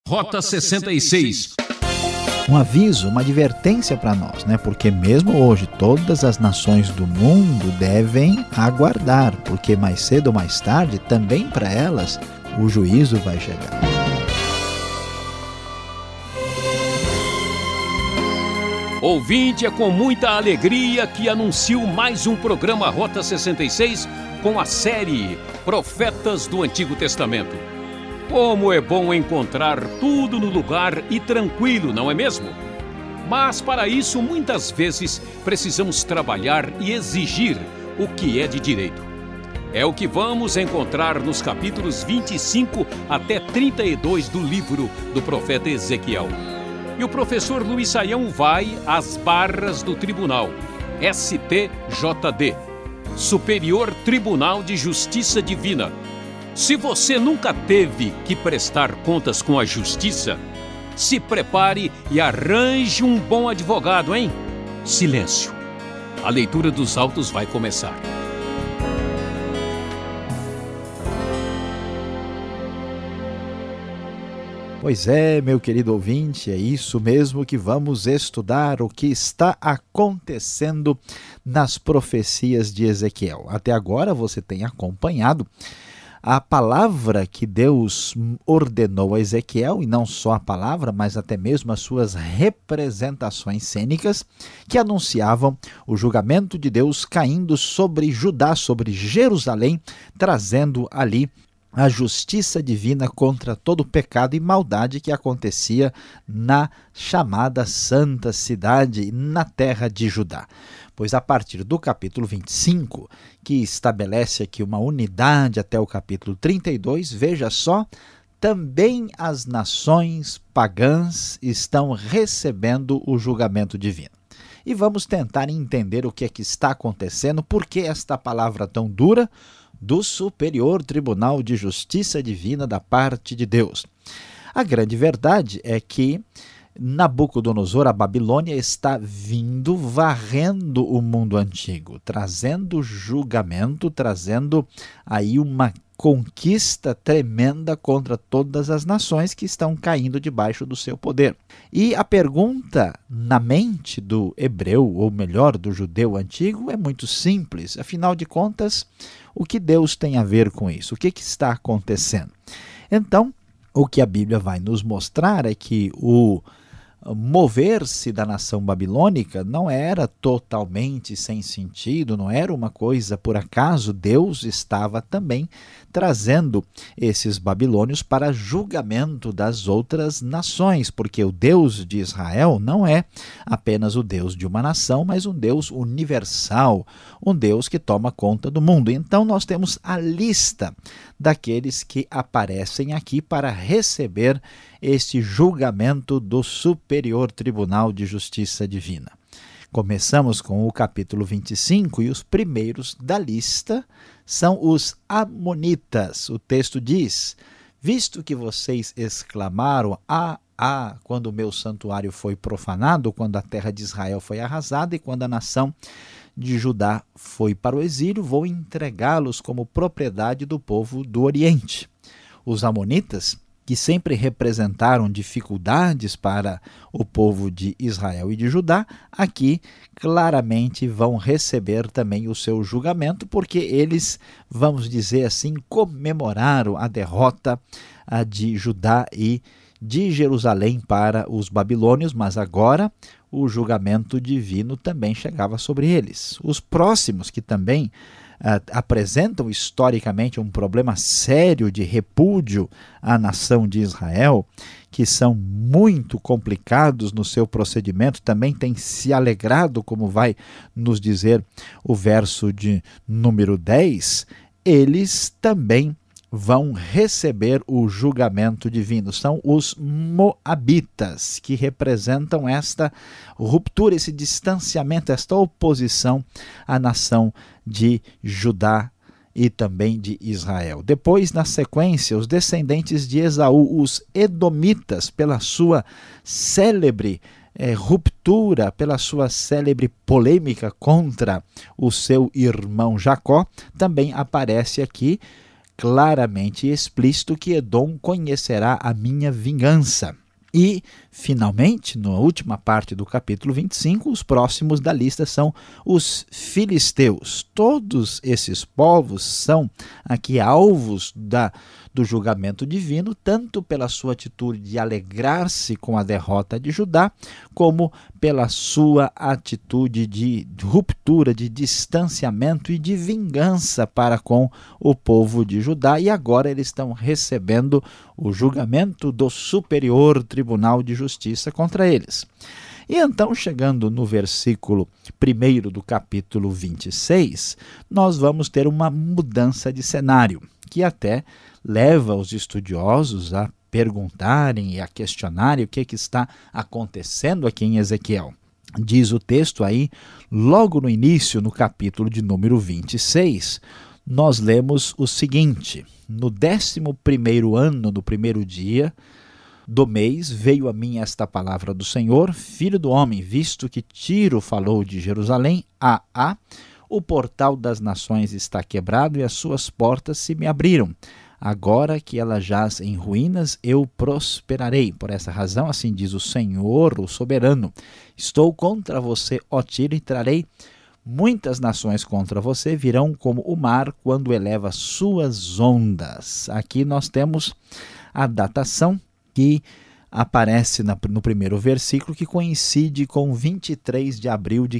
Rota 66. Um aviso, uma advertência para nós, né? Porque mesmo hoje todas as nações do mundo devem aguardar, porque mais cedo ou mais tarde, também para elas, o juízo vai chegar. Ouvinte, é com muita alegria que anuncio mais um programa Rota 66 com a série Profetas do Antigo Testamento. Como é bom encontrar tudo no lugar e tranquilo, não é mesmo? Mas para isso, muitas vezes, precisamos trabalhar e exigir o que é de direito. É o que vamos encontrar nos capítulos 25 até 32 do livro do profeta Ezequiel. E o professor Luiz Saião vai às barras do tribunal, STJD, Superior Tribunal de Justiça Divina. Se você nunca teve que prestar contas com a justiça, se prepare e arranje um bom advogado, hein? Silêncio. A leitura dos autos vai começar. Pois é, meu querido ouvinte, é isso mesmo que vamos estudar, o que está acontecendo nas profecias de Ezequiel. Até agora você tem acompanhado a palavra que Deus ordenou a Ezequiel, e não só a palavra, mas até mesmo as suas representações cênicas, que anunciavam o julgamento de Deus caindo sobre Judá, sobre Jerusalém, trazendo ali a justiça divina contra todo o pecado e maldade que acontecia na chamada Santa Cidade, na terra de Judá. Pois a partir do capítulo 25, que estabelece aqui uma unidade até o capítulo 32, veja só, também as nações pagãs estão recebendo o julgamento divino. E vamos tentar entender o que é que está acontecendo, por que esta palavra tão dura do Superior Tribunal de Justiça Divina da parte de Deus. A grande verdade é que Nabucodonosor, a Babilônia, está vindo varrendo o mundo antigo, trazendo julgamento, trazendo aí uma conquista tremenda contra todas as nações que estão caindo debaixo do seu poder. E a pergunta na mente do hebreu, ou melhor, do judeu antigo, é muito simples. Afinal de contas, o que Deus tem a ver com isso? O que está acontecendo? Então, o que a Bíblia vai nos mostrar é que o mover-se da nação babilônica não era totalmente sem sentido, não era uma coisa por acaso. Deus estava também trazendo esses babilônios para julgamento das outras nações, porque o Deus de Israel não é apenas o Deus de uma nação, mas um Deus universal, um Deus que toma conta do mundo. Então nós temos a lista daqueles que aparecem aqui para receber este julgamento do Superior Tribunal de Justiça Divina. Começamos com o capítulo 25 e os primeiros da lista são os amonitas. O texto diz: visto que vocês exclamaram, quando o meu santuário foi profanado, quando a terra de Israel foi arrasada e quando a nação de Judá foi para o exílio, vou entregá-los como propriedade do povo do Oriente. Os amonitas, que sempre representaram dificuldades para o povo de Israel e de Judá, aqui claramente vão receber também o seu julgamento, porque eles, vamos dizer assim, comemoraram a derrota de Judá e de Jerusalém para os babilônios, mas agora o julgamento divino também chegava sobre eles. Os próximos, que também apresentam historicamente um problema sério de repúdio à nação de Israel, que são muito complicados no seu procedimento, também têm se alegrado, como vai nos dizer o verso de número 10, eles também vão receber o julgamento divino. São os moabitas, que representam esta ruptura, esse distanciamento, esta oposição à nação de Judá e também de Israel. Depois, na sequência, os descendentes de Esaú, os edomitas, pela sua célebre ruptura, pela sua célebre polêmica contra o seu irmão Jacó, também aparece aqui claramente explícito que Edom conhecerá a minha vingança. E, finalmente, na última parte do capítulo 25, os próximos da lista são os filisteus. Todos esses povos são aqui alvos do julgamento divino, tanto pela sua atitude de alegrar-se com a derrota de Judá, como pela sua atitude de ruptura, de distanciamento e de vingança para com o povo de Judá. E agora eles estão recebendo o julgamento do Superior Tribunal de Justiça contra eles. E então, chegando no versículo 1 do capítulo 26, nós vamos ter uma mudança de cenário, que até leva os estudiosos a perguntarem e a questionarem o que está acontecendo aqui em Ezequiel. Diz o texto aí, logo no início, no capítulo de número 26, nós lemos o seguinte: no 11º ano do primeiro dia do mês veio a mim esta palavra do Senhor: filho do homem, visto que Tiro falou de Jerusalém, o portal das nações está quebrado e as suas portas se me abriram. Agora que ela jaz em ruínas, eu prosperarei. Por essa razão, assim diz o Senhor, o soberano: estou contra você, ó Tiro, e trarei muitas nações contra você, virão como o mar quando eleva suas ondas. Aqui nós temos a datação que aparece no primeiro versículo, que coincide com 23 de abril de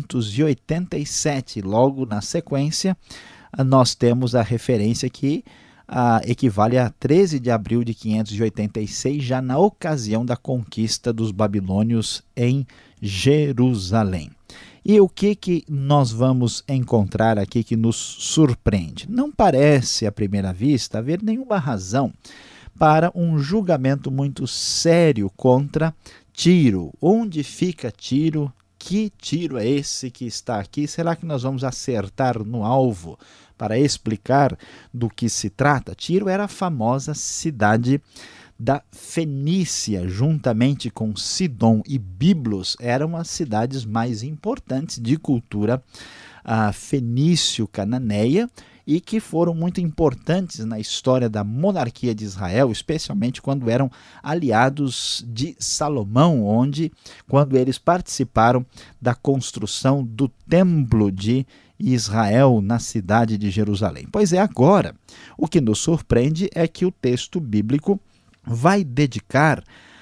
587. Logo na sequência, nós temos a referência que equivale a 13 de abril de 586, já na ocasião da conquista dos babilônios em Jerusalém. E o que nós vamos encontrar aqui que nos surpreende? Não parece, à primeira vista, haver nenhuma razão para um julgamento muito sério contra Tiro. Onde fica Tiro? Que Tiro é esse que está aqui? Será que nós vamos acertar no alvo para explicar do que se trata? Tiro era a famosa cidade da Fenícia, juntamente com Sidom e Biblos, eram as cidades mais importantes de cultura fenício-cananeia e que foram muito importantes na história da monarquia de Israel, especialmente quando eram aliados de Salomão, quando eles participaram da construção do templo de Israel na cidade de Jerusalém. Pois é, agora, o que nos surpreende é que o texto bíblico vai dedicar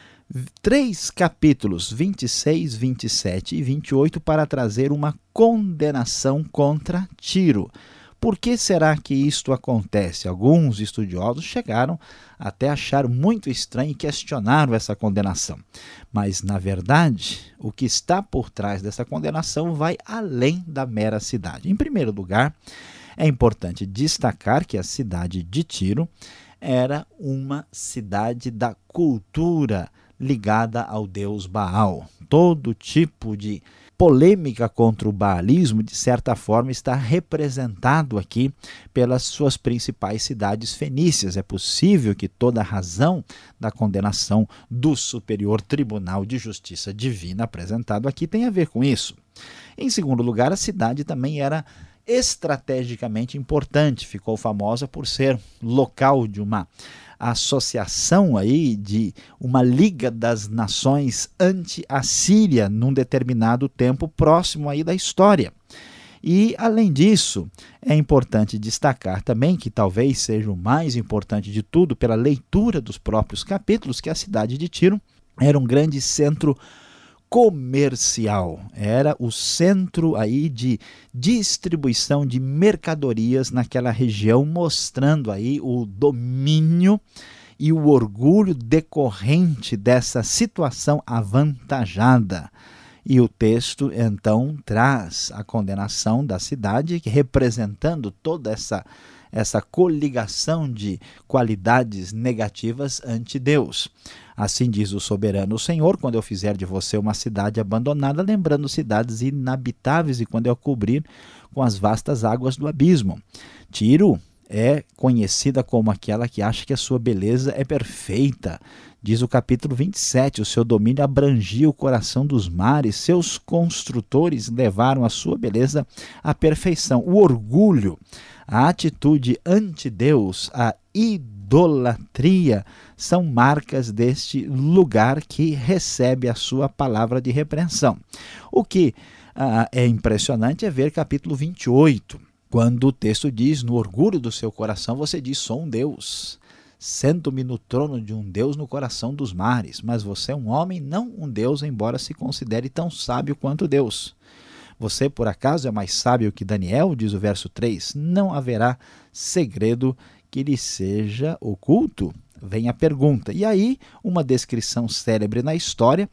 3 capítulos, 26, 27 e 28, para trazer uma condenação contra Tiro. Por que será que isto acontece? Alguns estudiosos chegaram até a achar muito estranho e questionaram essa condenação. Mas, na verdade, o que está por trás dessa condenação vai além da mera cidade. Em primeiro lugar, é importante destacar que a cidade de Tiro era uma cidade da cultura ligada ao deus Baal. Todo tipo de polêmica contra o baalismo, de certa forma, está representado aqui pelas suas principais cidades fenícias. É possível que toda a razão da condenação do Superior Tribunal de Justiça Divina apresentado aqui tenha a ver com isso. Em segundo lugar, a cidade também era estrategicamente importante, ficou famosa por ser local de uma associação aí, de uma liga das nações anti-assíria num determinado tempo próximo aí da história. E, além disso, é importante destacar também, que talvez seja o mais importante de tudo, pela leitura dos próprios capítulos, que a cidade de Tiro era um grande centro comercial, era o centro aí de distribuição de mercadorias naquela região, mostrando aí o domínio e o orgulho decorrente dessa situação avantajada. E o texto, então, traz a condenação da cidade, representando toda essa coligação de qualidades negativas ante Deus. Assim diz o soberano Senhor: quando eu fizer de você uma cidade abandonada, lembrando cidades inabitáveis, e quando eu cobrir com as vastas águas do abismo. Tiro é conhecida como aquela que acha que a sua beleza é perfeita, Diz o capítulo 27, o seu domínio abrangia o coração dos mares, seus construtores levaram a sua beleza à perfeição. O orgulho, a atitude ante Deus, a idolatria são marcas deste lugar que recebe a sua palavra de repreensão. O que é impressionante é ver capítulo 28, quando o texto diz: no orgulho do seu coração você diz, sou um Deus. Sento-me no trono de um Deus no coração dos mares, mas você é um homem, não um Deus, embora se considere tão sábio quanto Deus. Você, por acaso, é mais sábio que Daniel, diz o verso 3, não haverá segredo que lhe seja oculto. Vem a pergunta. E aí, uma descrição célebre na história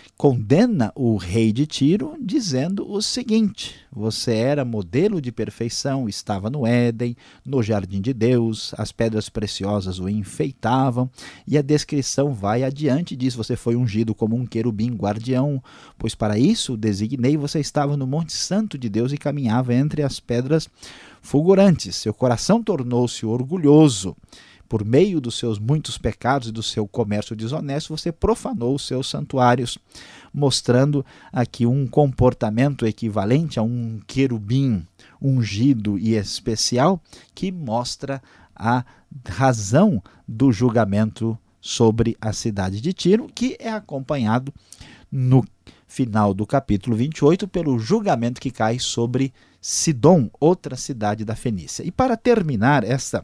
condena o rei de Tiro, dizendo o seguinte: você era modelo de perfeição, estava no Éden, no jardim de Deus, as pedras preciosas o enfeitavam, e a descrição vai adiante, diz: você foi ungido como um querubim guardião, pois para isso o designei, você estava no monte santo de Deus e caminhava entre as pedras fulgurantes. Seu coração tornou-se orgulhoso. Por meio dos seus muitos pecados e do seu comércio desonesto, você profanou os seus santuários, mostrando aqui um comportamento equivalente a um querubim ungido e especial, que mostra a razão do julgamento sobre a cidade de Tiro, que é acompanhado no final do capítulo 28 pelo julgamento que cai sobre Sidom, outra cidade da Fenícia. E para terminar essa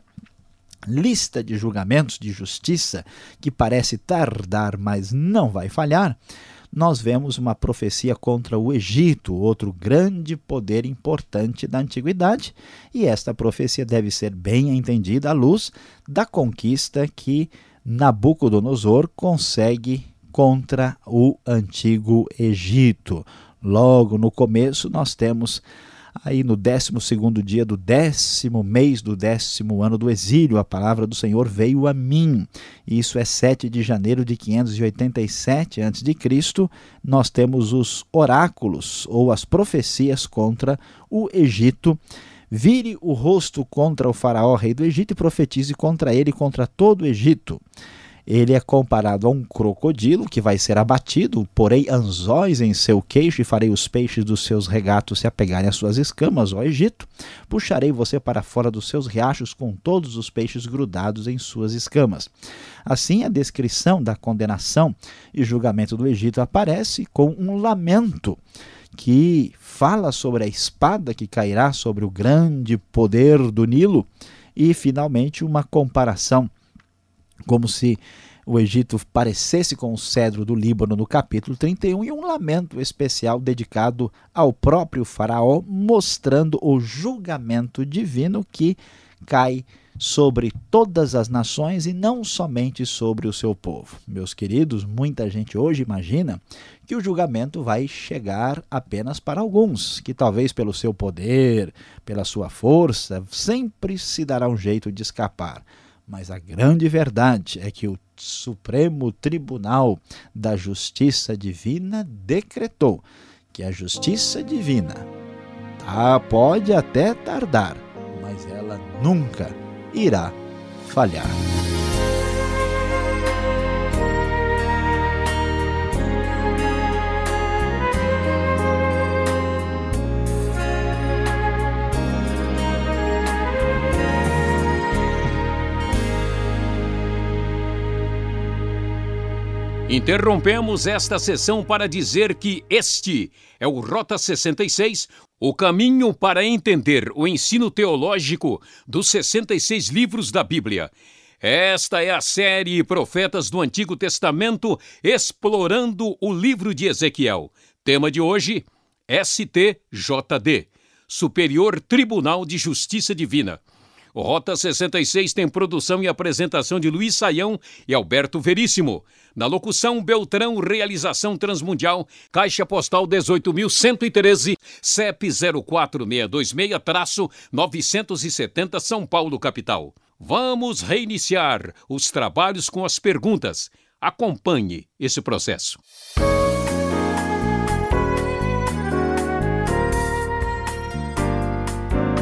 lista de julgamentos de justiça, que parece tardar, mas não vai falhar, nós vemos uma profecia contra o Egito, outro grande poder importante da antiguidade, e esta profecia deve ser bem entendida à luz da conquista que Nabucodonosor consegue contra o antigo Egito. Logo no começo nós temos aí no 12º dia do 10º mês do 10º ano do exílio, a palavra do Senhor veio a mim. Isso é 7 de janeiro de 587 a.C. Nós temos os oráculos ou as profecias contra o Egito. Vire o rosto contra o faraó, rei do Egito, e profetize contra ele e contra todo o Egito. Ele é comparado a um crocodilo que vai ser abatido, porei anzóis em seu queixo e farei os peixes dos seus regatos se apegarem às suas escamas, ó Egito. Puxarei você para fora dos seus riachos com todos os peixes grudados em suas escamas. Assim, a descrição da condenação e julgamento do Egito aparece com um lamento que fala sobre a espada que cairá sobre o grande poder do Nilo e, finalmente, uma comparação como se o Egito parecesse com o cedro do Líbano no capítulo 31 e um lamento especial dedicado ao próprio faraó, mostrando o julgamento divino que cai sobre todas as nações e não somente sobre o seu povo. Meus queridos, muita gente hoje imagina que o julgamento vai chegar apenas para alguns, que talvez pelo seu poder, pela sua força, sempre se dará um jeito de escapar. Mas a grande verdade é que o Supremo Tribunal da Justiça Divina decretou que a justiça divina pode até tardar, mas ela nunca irá falhar. Interrompemos esta sessão para dizer que este é o Rota 66, o caminho para entender o ensino teológico dos 66 livros da Bíblia. Esta é a série Profetas do Antigo Testamento, explorando o livro de Ezequiel. Tema de hoje, STJD, Superior Tribunal de Justiça Divina. O Rota 66 tem produção e apresentação de Luiz Saião e Alberto Veríssimo. Na locução, Beltrão, realização Transmundial, Caixa Postal 18.113, CEP 04626-970 São Paulo, capital. Vamos reiniciar os trabalhos com as perguntas. Acompanhe esse processo.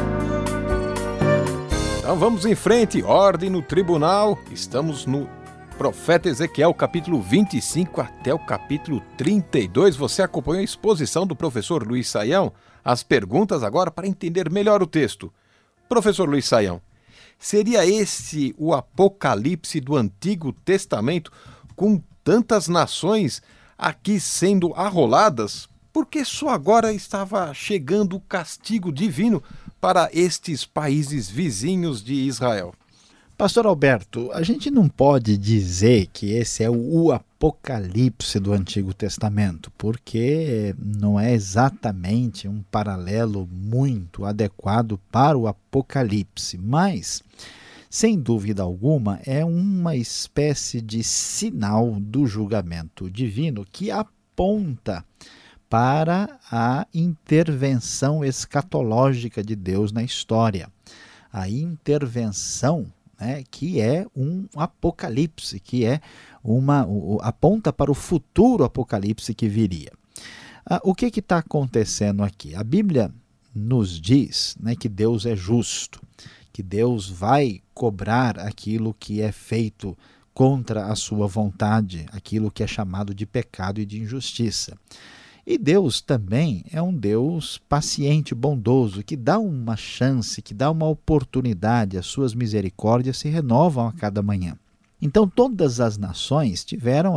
Então vamos em frente, ordem no tribunal, estamos no Profeta Ezequiel, capítulo 25 até o capítulo 32. Você acompanhou a exposição do professor Luiz Saião? As perguntas agora para entender melhor o texto. Professor Luiz Saião, seria esse o Apocalipse do Antigo Testamento, com tantas nações aqui sendo arroladas? Porque só agora estava chegando o castigo divino para estes países vizinhos de Israel. Pastor Alberto, a gente não pode dizer que esse é o Apocalipse do Antigo Testamento, porque não é exatamente um paralelo muito adequado para o Apocalipse, mas, sem dúvida alguma, é uma espécie de sinal do julgamento divino que aponta para a intervenção escatológica de Deus na história. A intervenção, que é um apocalipse, que é aponta para o futuro apocalipse que viria. O que está acontecendo aqui? A Bíblia nos diz, que Deus é justo, que Deus vai cobrar aquilo que é feito contra a sua vontade, aquilo que é chamado de pecado e de injustiça. E Deus também é um Deus paciente, bondoso, que dá uma chance, que dá uma oportunidade, as suas misericórdias se renovam a cada manhã. Então todas as nações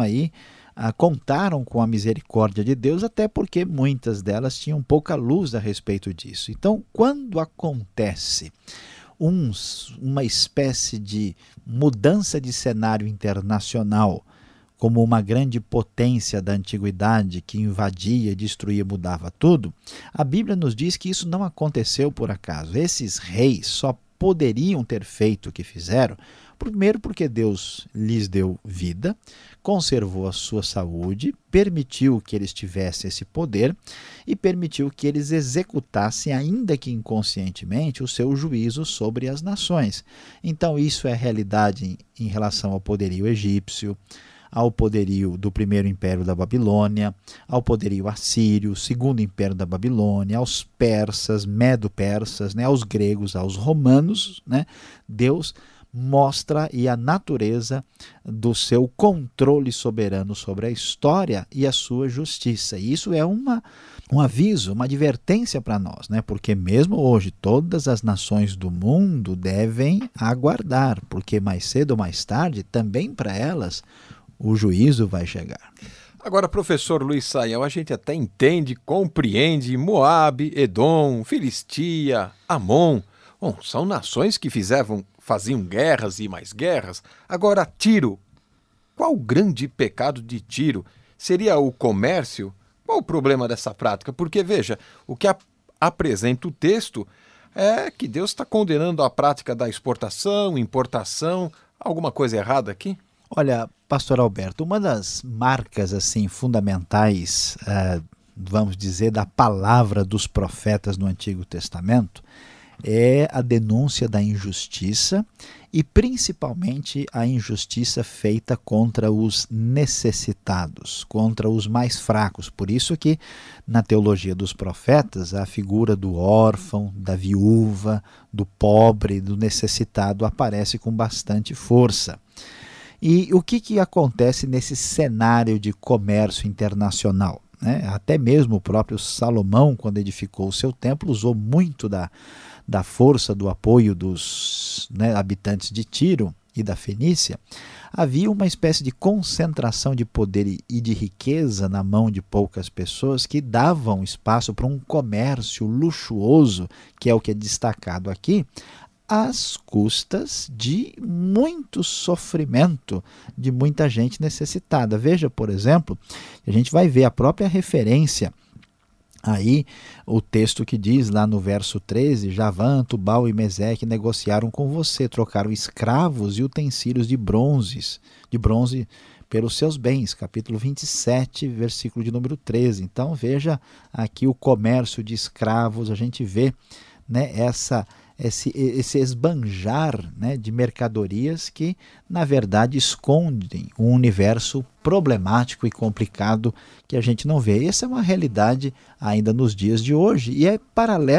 contaram com a misericórdia de Deus, até porque muitas delas tinham pouca luz a respeito disso. Então, quando acontece uma espécie de mudança de cenário internacional, como uma grande potência da antiguidade que invadia, destruía, mudava tudo, a Bíblia nos diz que isso não aconteceu por acaso. Esses reis só poderiam ter feito o que fizeram, primeiro porque Deus lhes deu vida, conservou a sua saúde, permitiu que eles tivessem esse poder e permitiu que eles executassem, ainda que inconscientemente, o seu juízo sobre as nações. Então isso é a realidade em relação ao poderio egípcio, ao poderio do primeiro império da Babilônia, ao poderio assírio, segundo império da Babilônia, aos persas, medo-persas, aos gregos, aos romanos. Deus mostra a natureza do seu controle soberano sobre a história e a sua justiça. E isso é um aviso, uma advertência para nós, porque mesmo hoje todas as nações do mundo devem aguardar, porque mais cedo ou mais tarde, também para elas, o juízo vai chegar. Agora, professor Luiz Saião, a gente até entende, compreende Moabe, Edom, Filistia, Amon. Bom, são nações que faziam guerras e mais guerras. Agora, Tiro. Qual o grande pecado de Tiro? Seria o comércio? Qual o problema dessa prática? Porque, veja, o que apresenta o texto é que Deus está condenando a prática da exportação, importação. Alguma coisa errada aqui? Olha, pastor Alberto, uma das marcas fundamentais, vamos dizer, da palavra dos profetas no Antigo Testamento é a denúncia da injustiça e principalmente a injustiça feita contra os necessitados, contra os mais fracos. Por isso que na teologia dos profetas a figura do órfão, da viúva, do pobre, do necessitado aparece com bastante força. E o que acontece nesse cenário de comércio internacional? Até mesmo o próprio Salomão, quando edificou o seu templo, usou muito da força, do apoio dos habitantes de Tiro e da Fenícia. Havia uma espécie de concentração de poder e de riqueza na mão de poucas pessoas que davam espaço para um comércio luxuoso, que é o que é destacado aqui, às custas de muito sofrimento de muita gente necessitada. Veja, por exemplo, a gente vai ver a própria referência aí, o texto que diz lá no verso 13, Javã, Tubal e Meseque negociaram com você, trocaram escravos e utensílios de bronze pelos seus bens, capítulo 27, versículo de número 13. Então veja aqui o comércio de escravos, a gente vê esse esbanjar de mercadorias que, na verdade, escondem um universo problemático e complicado que a gente não vê. Essa é uma realidade ainda nos dias de hoje e é paralelo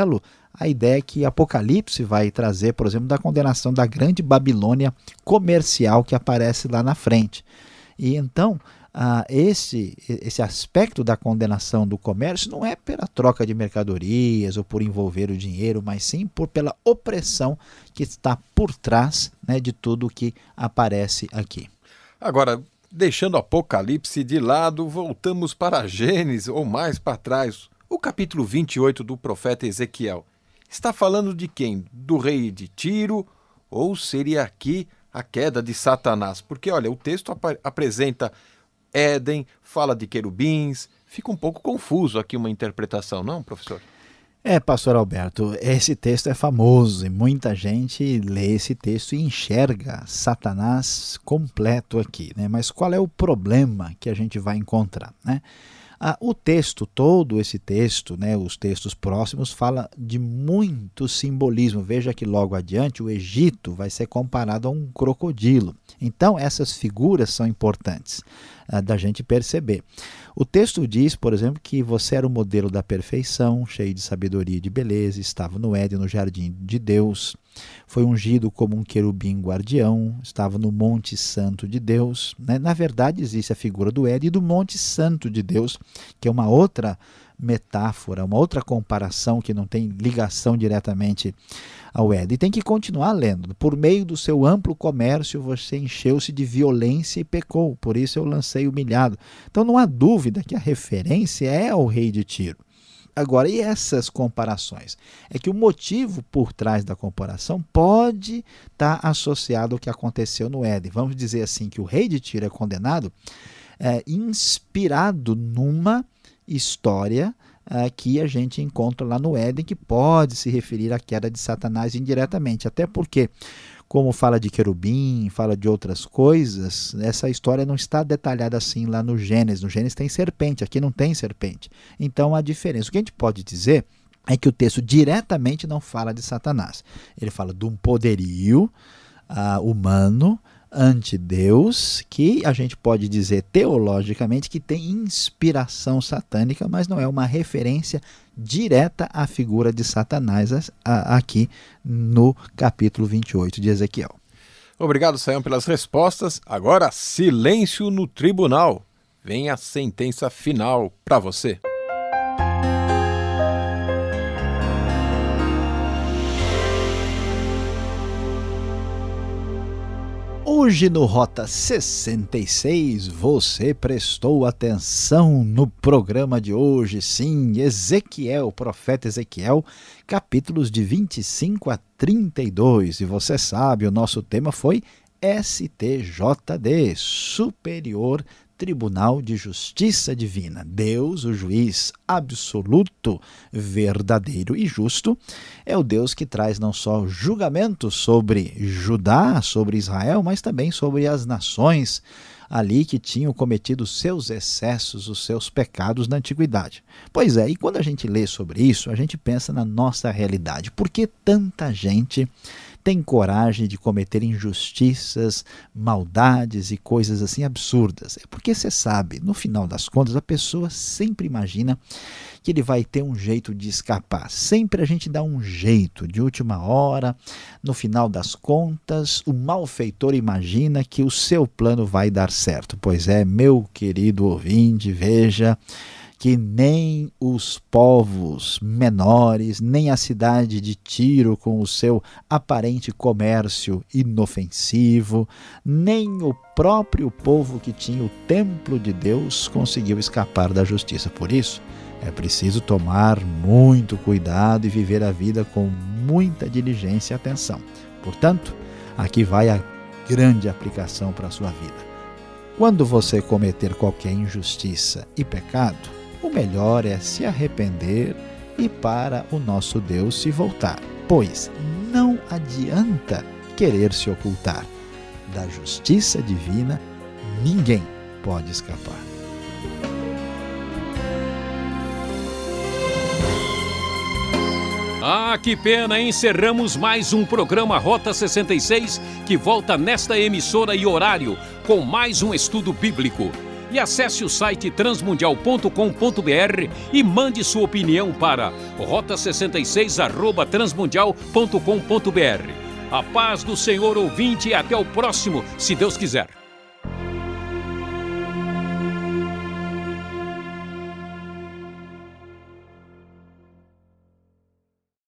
a ideia que Apocalipse vai trazer, por exemplo, da condenação da grande Babilônia comercial que aparece lá na frente. E então, esse aspecto da condenação do comércio não é pela troca de mercadorias ou por envolver o dinheiro, mas sim pela opressão que está por trás, né, de tudo que aparece aqui. Agora, deixando Apocalipse de lado, voltamos para Gênesis, ou mais para trás. O capítulo 28 do profeta Ezequiel está falando de quem? Do rei de Tiro, ou seria aqui a queda de Satanás? Porque, olha, o texto apresenta Éden, fala de querubins, fica um pouco confuso aqui uma interpretação, não, professor? Pastor Alberto, esse texto é famoso e muita gente lê esse texto e enxerga Satanás completo aqui, né? Mas qual é o problema que a gente vai encontrar, né? O texto, todo esse texto, né, os textos próximos, fala de muito simbolismo. Veja que logo adiante o Egito vai ser comparado a um crocodilo. Então essas figuras são importantes da gente perceber. O texto diz, por exemplo, que você era o modelo da perfeição, cheio de sabedoria e de beleza, estava no Éden, no jardim de Deus, foi ungido como um querubim guardião, estava no Monte Santo de Deus, né? Na verdade, existe a figura do Éden e do Monte Santo de Deus, que é uma outra metáfora, uma outra comparação que não tem ligação diretamente ao Éden. E tem que continuar lendo. Por meio do seu amplo comércio, você encheu-se de violência e pecou, por isso eu lancei humilhado. Então não há dúvida que a referência é ao rei de Tiro. Agora, e essas comparações? É que o motivo por trás da comparação pode estar associado ao que aconteceu no Éden. Vamos dizer assim, que o rei de Tiro é condenado inspirado numa história que a gente encontra lá no Éden, que pode se referir à queda de Satanás indiretamente. Até porque, como fala de querubim, fala de outras coisas, essa história não está detalhada assim lá no Gênesis. No Gênesis tem serpente, aqui não tem serpente. Então há diferença. O que a gente pode dizer é que o texto diretamente não fala de Satanás. Ele fala de um poderio humano ante Deus, que a gente pode dizer teologicamente que tem inspiração satânica, mas não é uma referência direta à figura de Satanás aqui no capítulo 28 de Ezequiel. Obrigado, Sayão, pelas respostas. Agora, silêncio no tribunal. Vem a sentença final para você. Hoje no Rota 66, você prestou atenção no programa de hoje, sim, Ezequiel, profeta Ezequiel, capítulos de 25 a 32. E você sabe, o nosso tema foi STJD, Superior Tribunal de Justiça Divina. Deus, o juiz absoluto, verdadeiro e justo, é o Deus que traz não só julgamento sobre Judá, sobre Israel, mas também sobre as nações ali que tinham cometido os seus excessos, os seus pecados na antiguidade. Pois é, e quando a gente lê sobre isso, a gente pensa na nossa realidade. Por que tanta gente tem coragem de cometer injustiças, maldades e coisas assim absurdas? É porque você sabe, no final das contas, a pessoa sempre imagina que ele vai ter um jeito de escapar. Sempre a gente dá um jeito, de última hora, no final das contas, o malfeitor imagina que o seu plano vai dar certo. Pois é, meu querido ouvinte, veja que nem os povos menores, nem a cidade de Tiro com o seu aparente comércio inofensivo, nem o próprio povo que tinha o templo de Deus conseguiu escapar da justiça. Por isso, é preciso tomar muito cuidado e viver a vida com muita diligência e atenção. Portanto, aqui vai a grande aplicação para a sua vida. Quando você cometer qualquer injustiça e pecado, o melhor é se arrepender e para o nosso Deus se voltar, pois não adianta querer se ocultar. Da justiça divina, ninguém pode escapar. Ah, que pena! Encerramos mais um programa Rota 66, que volta nesta emissora e horário, com mais um estudo bíblico. E acesse o site transmundial.com.br e mande sua opinião para rota66@transmundial.com.br. A paz do Senhor, ouvinte, e até o próximo, se Deus quiser.